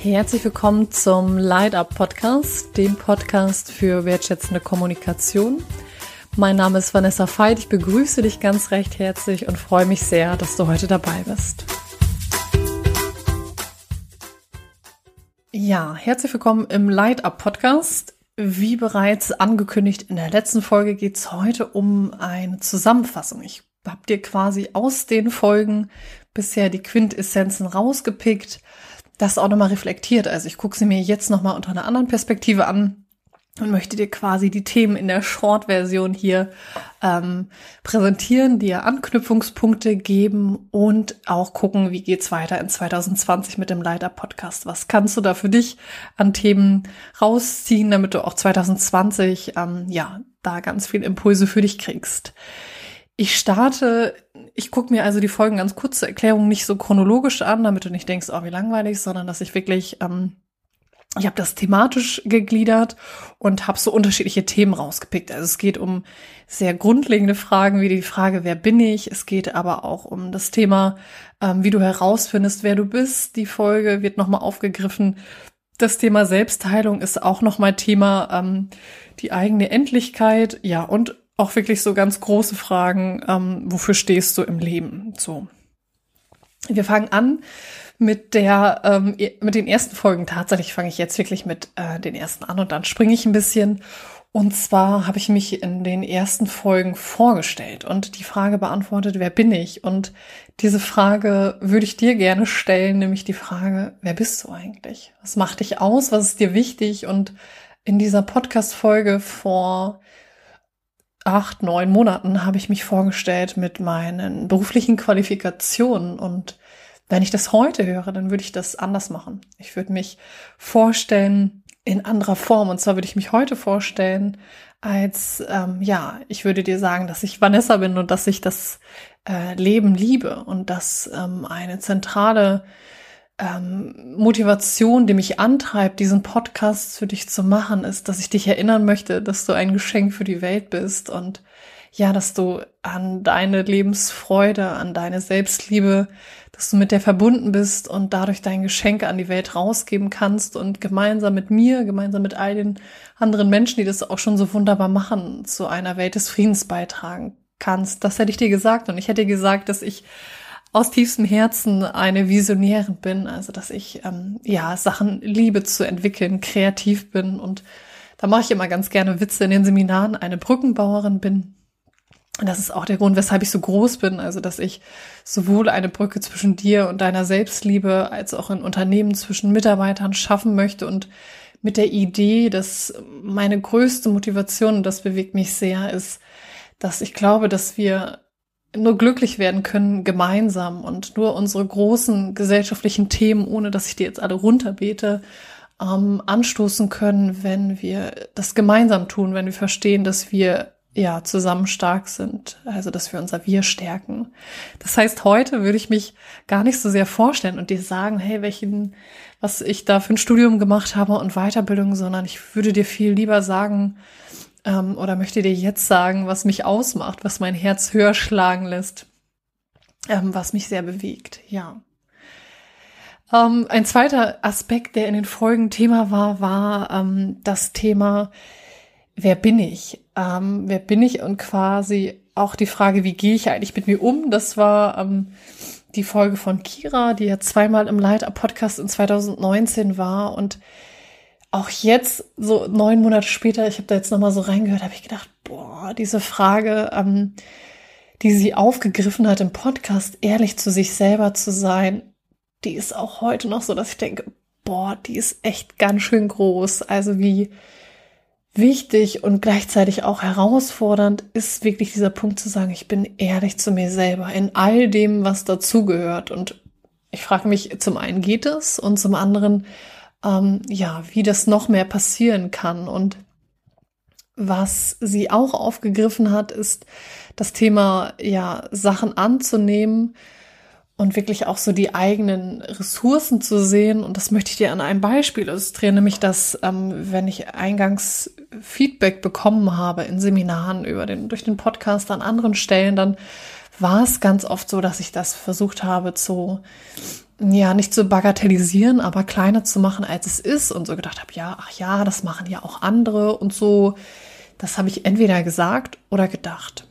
Herzlich willkommen zum Light Up Podcast, dem Podcast für wertschätzende Kommunikation. Mein Name ist Vanessa Veit, ich begrüße dich ganz recht herzlich und freue mich sehr, dass du heute dabei bist. Ja, herzlich willkommen im Light Up Podcast. Wie bereits angekündigt in der letzten Folge geht es heute um eine Zusammenfassung. Ich habe dir quasi aus den Folgen bisher die Quintessenzen rausgepickt, das auch nochmal reflektiert. Also ich gucke sie mir jetzt nochmal unter einer anderen Perspektive an und möchte dir quasi die Themen in der Short-Version hier präsentieren, dir Anknüpfungspunkte geben und auch gucken, wie geht's weiter in 2020 mit dem Light Up Podcast. Was kannst du da für dich an Themen rausziehen, damit du auch 2020 da ganz viel Impulse für dich kriegst. Ich gucke mir also die Folgen ganz kurz zur Erklärung nicht so chronologisch an, damit du nicht denkst, oh wie langweilig, sondern dass ich wirklich, ich habe das thematisch gegliedert und habe so unterschiedliche Themen rausgepickt. Also es geht um sehr grundlegende Fragen, wie die Frage, wer bin ich? Es geht aber auch um das Thema, wie du herausfindest, wer du bist. Die Folge wird nochmal aufgegriffen. Das Thema Selbstheilung ist auch nochmal Thema, die eigene Endlichkeit, ja, und auch wirklich so ganz große Fragen, wofür stehst du im Leben? So. Wir fangen an mit den ersten Folgen. Tatsächlich fange ich jetzt wirklich mit den ersten an und dann springe ich ein bisschen. Und zwar habe ich mich in den ersten Folgen vorgestellt und die Frage beantwortet, wer bin ich? Und diese Frage würde ich dir gerne stellen, nämlich die Frage, wer bist du eigentlich? Was macht dich aus? Was ist dir wichtig? Und in dieser Podcast-Folge vor 8-9 Monaten habe ich mich vorgestellt mit meinen beruflichen Qualifikationen, und wenn ich das heute höre, dann würde ich das anders machen. Ich würde mich vorstellen in anderer Form, und zwar würde ich mich heute vorstellen als, ich würde dir sagen, dass ich Vanessa bin und dass ich das Leben liebe und dass eine zentrale Motivation, die mich antreibt, diesen Podcast für dich zu machen, ist, dass ich dich erinnern möchte, dass du ein Geschenk für die Welt bist und ja, dass du an deine Lebensfreude, an deine Selbstliebe, dass du mit der verbunden bist und dadurch dein Geschenk an die Welt rausgeben kannst und gemeinsam mit mir, gemeinsam mit all den anderen Menschen, die das auch schon so wunderbar machen, zu einer Welt des Friedens beitragen kannst. Das hätte ich dir gesagt, und ich hätte gesagt, dass ich aus tiefstem Herzen eine Visionärin bin, also dass ich Sachen liebe zu entwickeln, kreativ bin, und da mache ich immer ganz gerne Witze in den Seminaren, eine Brückenbauerin bin. Und das ist auch der Grund, weshalb ich so groß bin, also dass ich sowohl eine Brücke zwischen dir und deiner Selbstliebe als auch in Unternehmen zwischen Mitarbeitern schaffen möchte, und mit der Idee, dass meine größte Motivation, und das bewegt mich sehr, ist, dass ich glaube, dass wir nur glücklich werden können gemeinsam und nur unsere großen gesellschaftlichen Themen, ohne dass ich die jetzt alle runterbete, anstoßen können, wenn wir das gemeinsam tun, wenn wir verstehen, dass wir zusammen stark sind, also dass wir unser Wir stärken. Das heißt, heute würde ich mich gar nicht so sehr vorstellen und dir sagen, hey, was ich da für ein Studium gemacht habe und Weiterbildung, sondern ich würde dir viel lieber sagen, oder möchte dir jetzt sagen, was mich ausmacht, was mein Herz höher schlagen lässt, was mich sehr bewegt, ja. Ein zweiter Aspekt, der in den Folgen Thema war das Thema, wer bin ich? Wer bin ich? Und quasi auch die Frage, wie gehe ich eigentlich mit mir um? Das war die Folge von Kira, die ja zweimal im Light Up Podcast in 2019 war, und auch jetzt, so 9 Monate später, ich habe da jetzt nochmal so reingehört, habe ich gedacht, diese Frage, die sie aufgegriffen hat im Podcast, ehrlich zu sich selber zu sein, die ist auch heute noch so, dass ich denke, die ist echt ganz schön groß. Also wie wichtig und gleichzeitig auch herausfordernd ist wirklich dieser Punkt zu sagen, ich bin ehrlich zu mir selber in all dem, was dazugehört. Und ich frage mich, zum einen geht es und zum anderen, wie das noch mehr passieren kann. Und was sie auch aufgegriffen hat, ist das Thema, Sachen anzunehmen und wirklich auch so die eigenen Ressourcen zu sehen. Und das möchte ich dir an einem Beispiel illustrieren, nämlich dass, wenn ich eingangs Feedback bekommen habe in Seminaren durch den Podcast an anderen Stellen, dann war es ganz oft so, dass ich das versucht habe nicht zu bagatellisieren, aber kleiner zu machen, als es ist und so gedacht habe, ja, ach ja, das machen ja auch andere und so. Das habe ich entweder gesagt oder gedacht.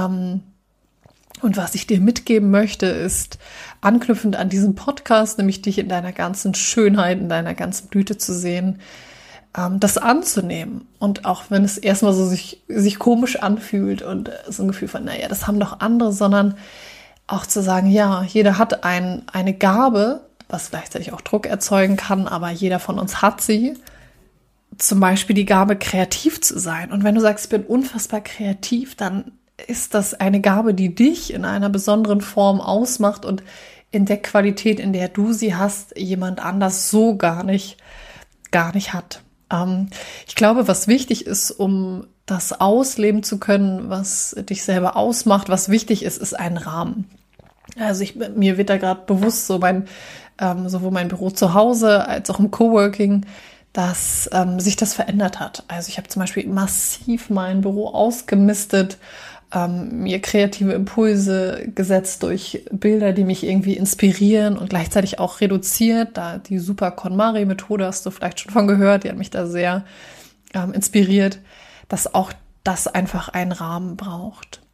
Und was ich dir mitgeben möchte, ist anknüpfend an diesen Podcast, nämlich dich in deiner ganzen Schönheit, in deiner ganzen Blüte zu sehen, das anzunehmen. Und auch wenn es erstmal so sich komisch anfühlt und so ein Gefühl von, naja, das haben doch andere, sondern auch zu sagen, ja, jeder hat eine Gabe, was gleichzeitig auch Druck erzeugen kann, aber jeder von uns hat sie. Zum Beispiel die Gabe, kreativ zu sein. Und wenn du sagst, ich bin unfassbar kreativ, dann ist das eine Gabe, die dich in einer besonderen Form ausmacht und in der Qualität, in der du sie hast, jemand anders so gar nicht hat. Ich glaube, was wichtig ist, um das ausleben zu können, was dich selber ausmacht, was wichtig ist, ist ein Rahmen. Also mir wird da gerade bewusst, sowohl mein Büro zu Hause als auch im Coworking, dass sich das verändert hat. Also ich habe zum Beispiel massiv mein Büro ausgemistet, mir kreative Impulse gesetzt durch Bilder, die mich irgendwie inspirieren und gleichzeitig auch reduziert. Da die Super KonMari-Methode hast du vielleicht schon von gehört, die hat mich da sehr inspiriert, dass auch das einfach einen Rahmen braucht.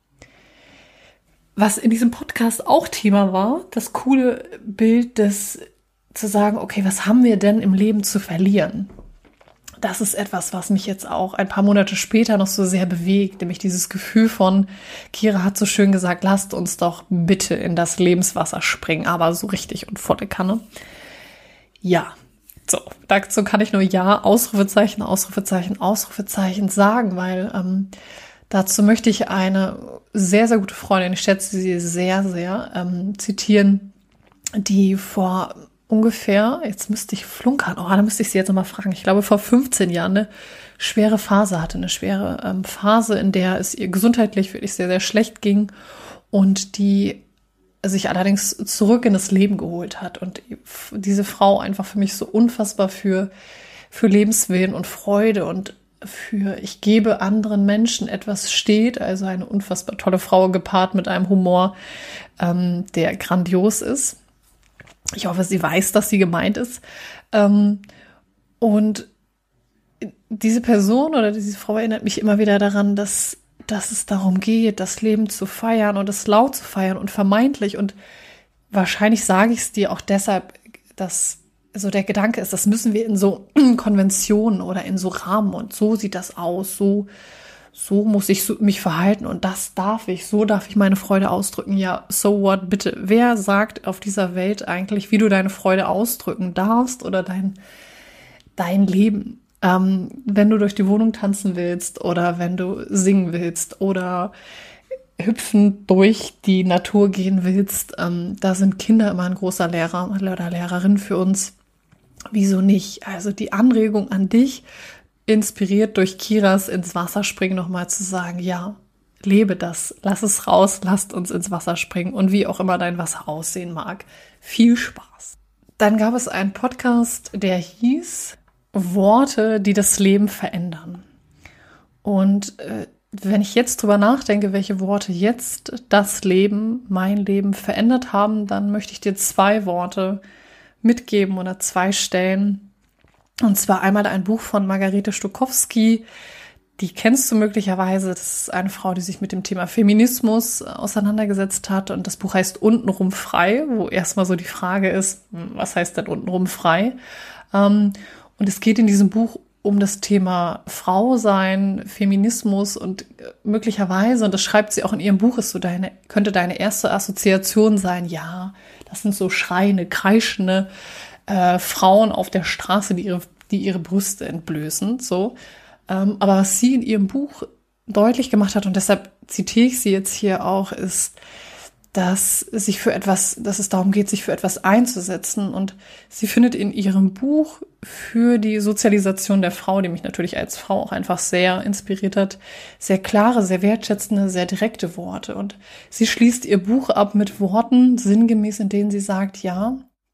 Was in diesem Podcast auch Thema war, das coole Bild zu sagen, okay, was haben wir denn im Leben zu verlieren? Das ist etwas, was mich jetzt auch ein paar Monate später noch so sehr bewegt, nämlich dieses Gefühl von, Kira hat so schön gesagt, lasst uns doch bitte in das Lebenswasser springen, aber so richtig und volle Kanne. Ja, so, dazu kann ich nur Ja, Ausrufezeichen, Ausrufezeichen, Ausrufezeichen sagen, weil dazu möchte ich eine sehr, sehr gute Freundin, ich schätze sie sehr, sehr, zitieren, die vor ungefähr, jetzt müsste ich flunkern, da müsste ich sie jetzt nochmal fragen, ich glaube vor 15 Jahren eine schwere Phase hatte, eine schwere Phase, in der es ihr gesundheitlich wirklich sehr, sehr schlecht ging und die sich allerdings zurück in das Leben geholt hat und diese Frau einfach für mich so unfassbar für Lebenswillen und Freude und ich gebe anderen Menschen etwas steht, also eine unfassbar tolle Frau gepaart mit einem Humor, der grandios ist. Ich hoffe, sie weiß, dass sie gemeint ist. Und diese Person oder diese Frau erinnert mich immer wieder daran, dass es darum geht, das Leben zu feiern und es laut zu feiern und vermeintlich. Und wahrscheinlich sage ich es dir auch deshalb, dass so der Gedanke ist, das müssen wir in so Konventionen oder in so Rahmen und so sieht das aus, so muss ich mich verhalten und so darf ich meine Freude ausdrücken. Ja, so what, bitte. Wer sagt auf dieser Welt eigentlich, wie du deine Freude ausdrücken darfst oder dein Leben? Wenn du durch die Wohnung tanzen willst oder wenn du singen willst oder hüpfend durch die Natur gehen willst, da sind Kinder immer ein großer Lehrer oder Lehrerin für uns. Wieso nicht? Also die Anregung an dich, inspiriert durch Kiras ins Wasser springen, nochmal zu sagen, ja, lebe das, lass es raus, lasst uns ins Wasser springen und wie auch immer dein Wasser aussehen mag. Viel Spaß. Dann gab es einen Podcast, der hieß Worte, die das Leben verändern. Und wenn ich jetzt drüber nachdenke, welche Worte jetzt das Leben, mein Leben verändert haben, dann möchte ich dir 2 Worte mitgeben oder 2 Stellen. Und zwar einmal ein Buch von Margarete Stokowski, die kennst du möglicherweise. Das ist eine Frau, die sich mit dem Thema Feminismus auseinandergesetzt hat. Und das Buch heißt Untenrum frei, wo erstmal so die Frage ist, was heißt denn untenrum frei? Und es geht in diesem Buch um das Thema Frau sein, Feminismus und möglicherweise, und das schreibt sie auch in ihrem Buch, könnte deine erste Assoziation sein, ja, das sind so schreiende, kreischende Frauen auf der Straße, die ihre Brüste entblößen, so. Aber was sie in ihrem Buch deutlich gemacht hat, und deshalb zitiere ich sie jetzt hier auch, ist, dass es darum geht, sich für etwas einzusetzen. Und sie findet in ihrem Buch für die Sozialisation der Frau, die mich natürlich als Frau auch einfach sehr inspiriert hat, sehr klare, sehr wertschätzende, sehr direkte Worte. Und sie schließt ihr Buch ab mit Worten, sinngemäß, in denen sie sagt, ja,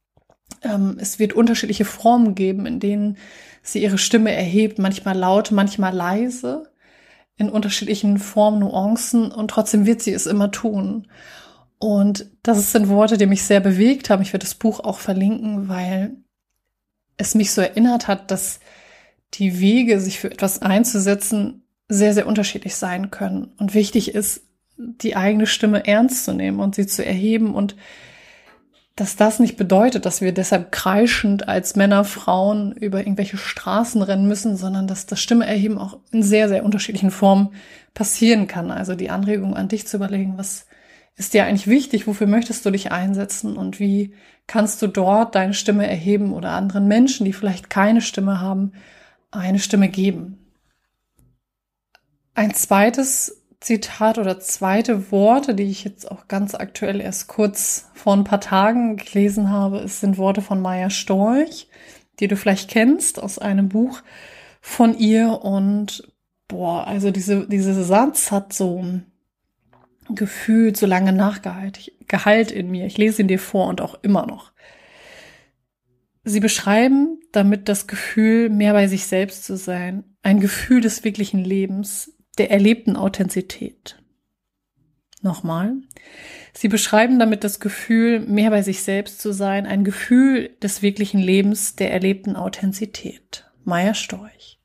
es wird unterschiedliche Formen geben, in denen sie ihre Stimme erhebt, manchmal laut, manchmal leise, in unterschiedlichen Formen, Nuancen, und trotzdem wird sie es immer tun. Und das sind Worte, die mich sehr bewegt haben. Ich werde das Buch auch verlinken, weil es mich so erinnert hat, dass die Wege, sich für etwas einzusetzen, sehr, sehr unterschiedlich sein können. Und wichtig ist, die eigene Stimme ernst zu nehmen und sie zu erheben. Und dass das nicht bedeutet, dass wir deshalb kreischend als Männer, Frauen über irgendwelche Straßen rennen müssen, sondern dass das Stimme erheben auch in sehr, sehr unterschiedlichen Formen passieren kann. Also die Anregung an dich zu überlegen, was ist dir eigentlich wichtig, wofür möchtest du dich einsetzen und wie kannst du dort deine Stimme erheben oder anderen Menschen, die vielleicht keine Stimme haben, eine Stimme geben. Ein zweites Zitat oder zweite Worte, die ich jetzt auch ganz aktuell erst kurz vor ein paar Tagen gelesen habe, es sind Worte von Maja Storch, die du vielleicht kennst aus einem Buch von ihr. Und also dieser Satz hat so gefühlt so lange Gehalt in mir. Ich lese ihn dir vor und auch immer noch. Sie beschreiben damit das Gefühl, mehr bei sich selbst zu sein, ein Gefühl des wirklichen Lebens, der erlebten Authentizität. Nochmal. Sie beschreiben damit das Gefühl, mehr bei sich selbst zu sein, ein Gefühl des wirklichen Lebens, der erlebten Authentizität. Maja Storch.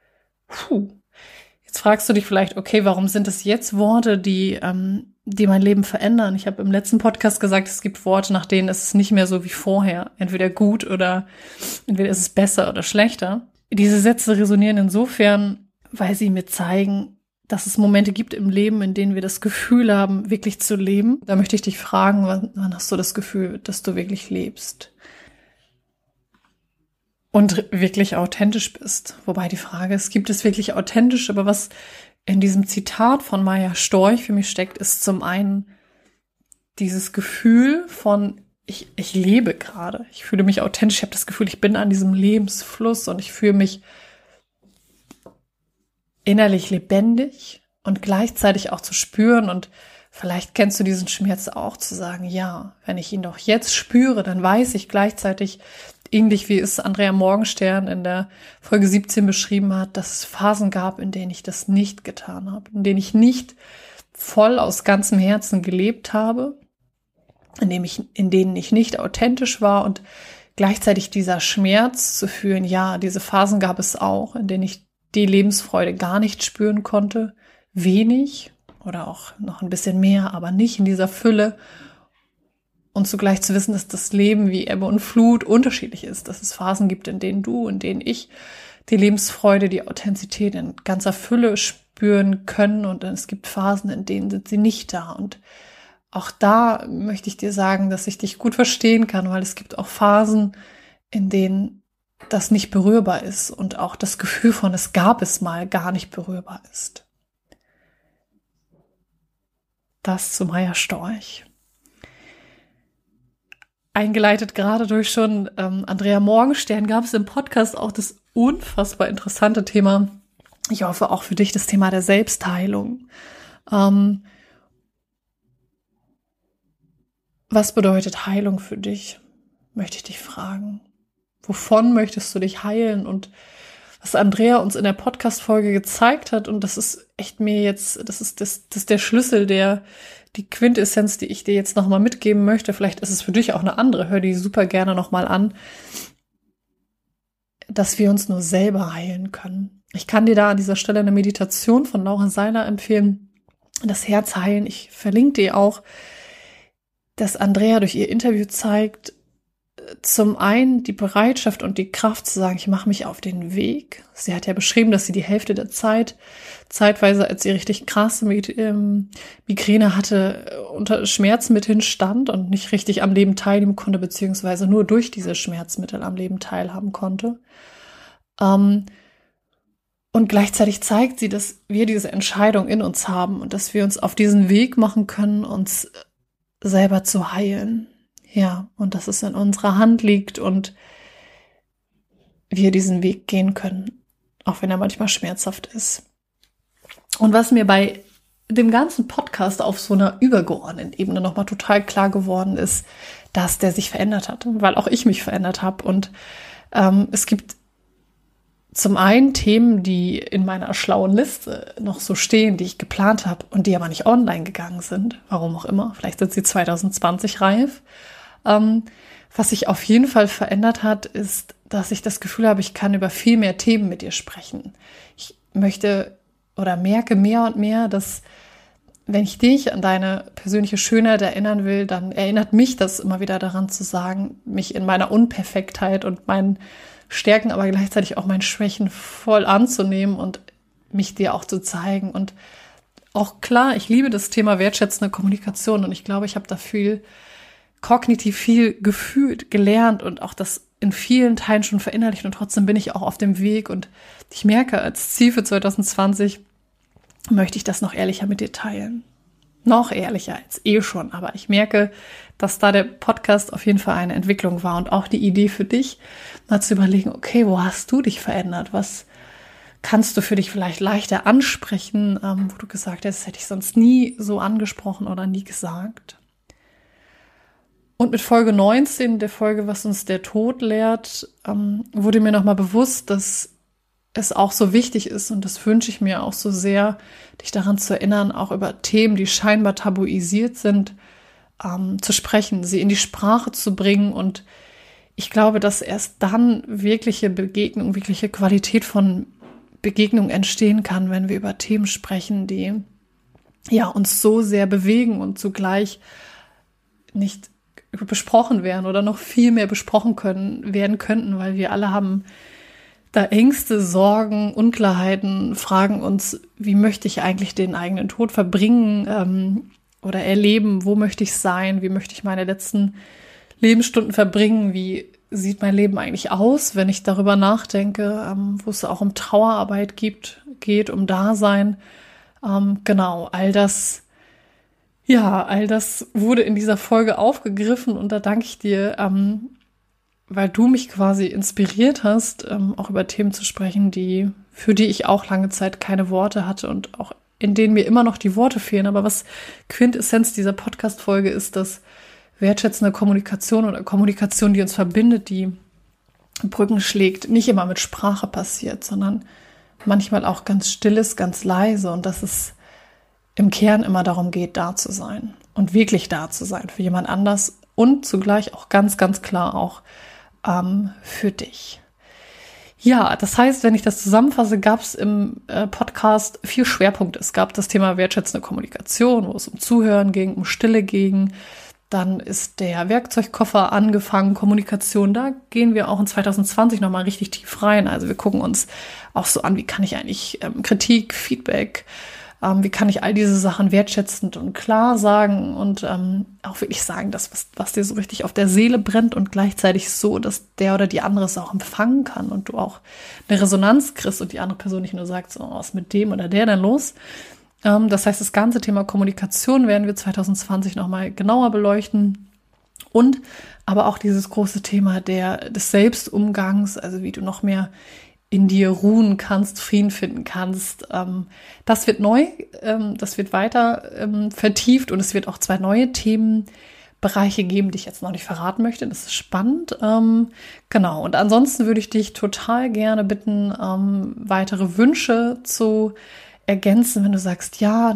Jetzt fragst du dich vielleicht, okay, warum sind es jetzt Worte, die mein Leben verändern? Ich habe im letzten Podcast gesagt, es gibt Worte, nach denen ist es nicht mehr so wie vorher. Entweder gut oder entweder ist es besser oder schlechter. Diese Sätze resonieren insofern, weil sie mir zeigen, dass es Momente gibt im Leben, in denen wir das Gefühl haben, wirklich zu leben. Da möchte ich dich fragen, wann hast du das Gefühl, dass du wirklich lebst und wirklich authentisch bist? Wobei die Frage ist, gibt es wirklich authentisch? Aber was in diesem Zitat von Maja Storch für mich steckt, ist zum einen dieses Gefühl von, ich lebe gerade. Ich fühle mich authentisch. Ich habe das Gefühl, ich bin an diesem Lebensfluss und ich fühle mich innerlich lebendig und gleichzeitig auch zu spüren. Und vielleicht kennst du diesen Schmerz auch, zu sagen, ja, wenn ich ihn doch jetzt spüre, dann weiß ich gleichzeitig, ähnlich wie es Andrea Morgenstern in der Folge 17 beschrieben hat, dass es Phasen gab, in denen ich das nicht getan habe, in denen ich nicht voll aus ganzem Herzen gelebt habe, in denen ich nicht authentisch war und gleichzeitig dieser Schmerz zu fühlen, ja, diese Phasen gab es auch, in denen ich die Lebensfreude gar nicht spüren konnte, wenig oder auch noch ein bisschen mehr, aber nicht in dieser Fülle. Und zugleich zu wissen, dass das Leben wie Ebbe und Flut unterschiedlich ist, dass es Phasen gibt, in denen ich die Lebensfreude, die Authentizität in ganzer Fülle spüren können und es gibt Phasen, in denen sind sie nicht da. Und auch da möchte ich dir sagen, dass ich dich gut verstehen kann, weil es gibt auch Phasen, in denen das nicht berührbar ist und auch das Gefühl von es gab es mal gar nicht berührbar ist. Das zu Maja Storch. Eingeleitet gerade durch schon Andrea Morgenstern gab es im Podcast auch das unfassbar interessante Thema, ich hoffe auch für dich, das Thema der Selbstheilung. Was bedeutet Heilung für dich? Möchte ich dich fragen. Wovon möchtest du dich heilen? Und was Andrea uns in der Podcast-Folge gezeigt hat, und das ist echt das ist der Schlüssel, die Quintessenz, die ich dir jetzt nochmal mitgeben möchte. Vielleicht ist es für dich auch eine andere, hör die super gerne nochmal an, dass wir uns nur selber heilen können. Ich kann dir da an dieser Stelle eine Meditation von Laura Seiler empfehlen, das Herz heilen. Ich verlinke dir auch, dass Andrea durch ihr Interview zeigt, zum einen die Bereitschaft und die Kraft zu sagen, ich mache mich auf den Weg. Sie hat ja beschrieben, dass sie die Hälfte der Zeit, zeitweise als sie richtig krasse Migräne hatte, unter Schmerzmitteln stand und nicht richtig am Leben teilnehmen konnte, beziehungsweise nur durch diese Schmerzmittel am Leben teilhaben konnte. Und gleichzeitig zeigt sie, dass wir diese Entscheidung in uns haben und dass wir uns auf diesen Weg machen können, uns selber zu heilen. Ja, und dass es in unserer Hand liegt und wir diesen Weg gehen können, auch wenn er manchmal schmerzhaft ist. Und was mir bei dem ganzen Podcast auf so einer übergeordneten Ebene nochmal total klar geworden ist, dass der sich verändert hat, weil auch ich mich verändert habe. Und es gibt zum einen Themen, die in meiner schlauen Liste noch so stehen, die ich geplant habe und die aber nicht online gegangen sind. Warum auch immer. Vielleicht sind sie 2020 reif. Was sich auf jeden Fall verändert hat, ist, dass ich das Gefühl habe, ich kann über viel mehr Themen mit dir sprechen. Ich möchte oder merke mehr und mehr, dass wenn ich dich an deine persönliche Schönheit erinnern will, dann erinnert mich das immer wieder daran zu sagen, mich in meiner Unperfektheit und meinen Stärken, aber gleichzeitig auch meinen Schwächen voll anzunehmen und mich dir auch zu zeigen. Und auch klar, ich liebe das Thema wertschätzende Kommunikation und ich glaube, ich habe da kognitiv viel gefühlt, gelernt und auch das in vielen Teilen schon verinnerlicht und trotzdem bin ich auch auf dem Weg und ich merke, als Ziel für 2020 möchte ich das noch ehrlicher mit dir teilen. Noch ehrlicher als schon, aber ich merke, dass da der Podcast auf jeden Fall eine Entwicklung war und auch die Idee für dich, mal zu überlegen, okay, wo hast du dich verändert? Was kannst du für dich vielleicht leichter ansprechen, wo du gesagt hast, das hätte ich sonst nie so angesprochen oder nie gesagt? Und mit Folge 19, der Folge, was uns der Tod lehrt, wurde mir nochmal bewusst, dass es auch so wichtig ist, und das wünsche ich mir auch so sehr, dich daran zu erinnern, auch über Themen, die scheinbar tabuisiert sind, zu sprechen, sie in die Sprache zu bringen. Und ich glaube, dass erst dann wirkliche Begegnung, wirkliche Qualität von Begegnung entstehen kann, wenn wir über Themen sprechen, die ja uns so sehr bewegen und zugleich nicht besprochen werden oder noch viel mehr besprochen werden könnten, weil wir alle haben da Ängste, Sorgen, Unklarheiten, fragen uns, wie möchte ich eigentlich den eigenen Tod verbringen oder erleben, wo möchte ich sein, wie möchte ich meine letzten Lebensstunden verbringen, wie sieht mein Leben eigentlich aus, wenn ich darüber nachdenke, wo es auch um Trauerarbeit geht, um Dasein. Genau, all das wurde in dieser Folge aufgegriffen und da danke ich dir, weil du mich quasi inspiriert hast, auch über Themen zu sprechen, für die ich auch lange Zeit keine Worte hatte und auch in denen mir immer noch die Worte fehlen. Aber was Quintessenz dieser Podcast-Folge ist, dass wertschätzende Kommunikation oder Kommunikation, die uns verbindet, die Brücken schlägt, nicht immer mit Sprache passiert, sondern manchmal auch ganz stilles, ganz leise und dass es im Kern immer darum geht, da zu sein und wirklich da zu sein für jemand anders und zugleich auch ganz, ganz klar auch für dich. Ja, das heißt, wenn ich das zusammenfasse, gab es im Podcast 4 Schwerpunkte. Es gab das Thema wertschätzende Kommunikation, wo es um Zuhören ging, um Stille ging. Dann ist der Werkzeugkoffer angefangen, Kommunikation. Da gehen wir auch in 2020 nochmal richtig tief rein. Also wir gucken uns auch so an, wie kann ich eigentlich Kritik, Feedback, wie kann ich all diese Sachen wertschätzend und klar sagen und auch wirklich sagen, das, was dir so richtig auf der Seele brennt und gleichzeitig so, dass der oder die andere es auch empfangen kann und du auch eine Resonanz kriegst und die andere Person nicht nur sagt, so, was mit dem oder der denn los? Das heißt, das ganze Thema Kommunikation werden wir 2020 nochmal genauer beleuchten und aber auch dieses große Thema des Selbstumgangs, also wie du noch mehr in dir ruhen kannst, Frieden finden kannst. Das wird neu, das wird weiter vertieft und es wird auch 2 neue Themenbereiche geben, die ich jetzt noch nicht verraten möchte. Das ist spannend. Genau, und ansonsten würde ich dich total gerne bitten, weitere Wünsche zu ergänzen, wenn du sagst, ja,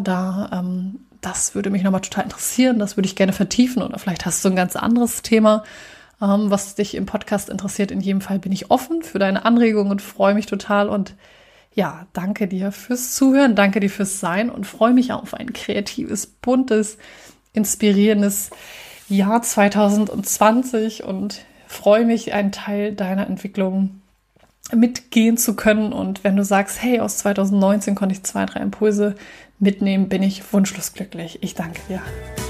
das würde mich nochmal total interessieren, das würde ich gerne vertiefen oder vielleicht hast du ein ganz anderes Thema, was dich im Podcast interessiert. In jedem Fall bin ich offen für deine Anregungen und freue mich total. Und ja, danke dir fürs Zuhören, danke dir fürs Sein und freue mich auf ein kreatives, buntes, inspirierendes Jahr 2020 und freue mich, einen Teil deiner Entwicklung mitgehen zu können. Und wenn du sagst, hey, aus 2019 konnte ich 2, 3 Impulse mitnehmen, bin ich wunschlos glücklich. Ich danke dir.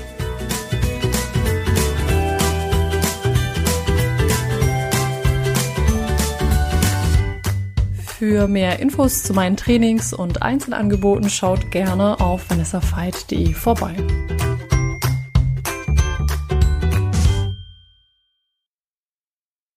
Für mehr Infos zu meinen Trainings und Einzelangeboten schaut gerne auf vanessaveit.de vorbei.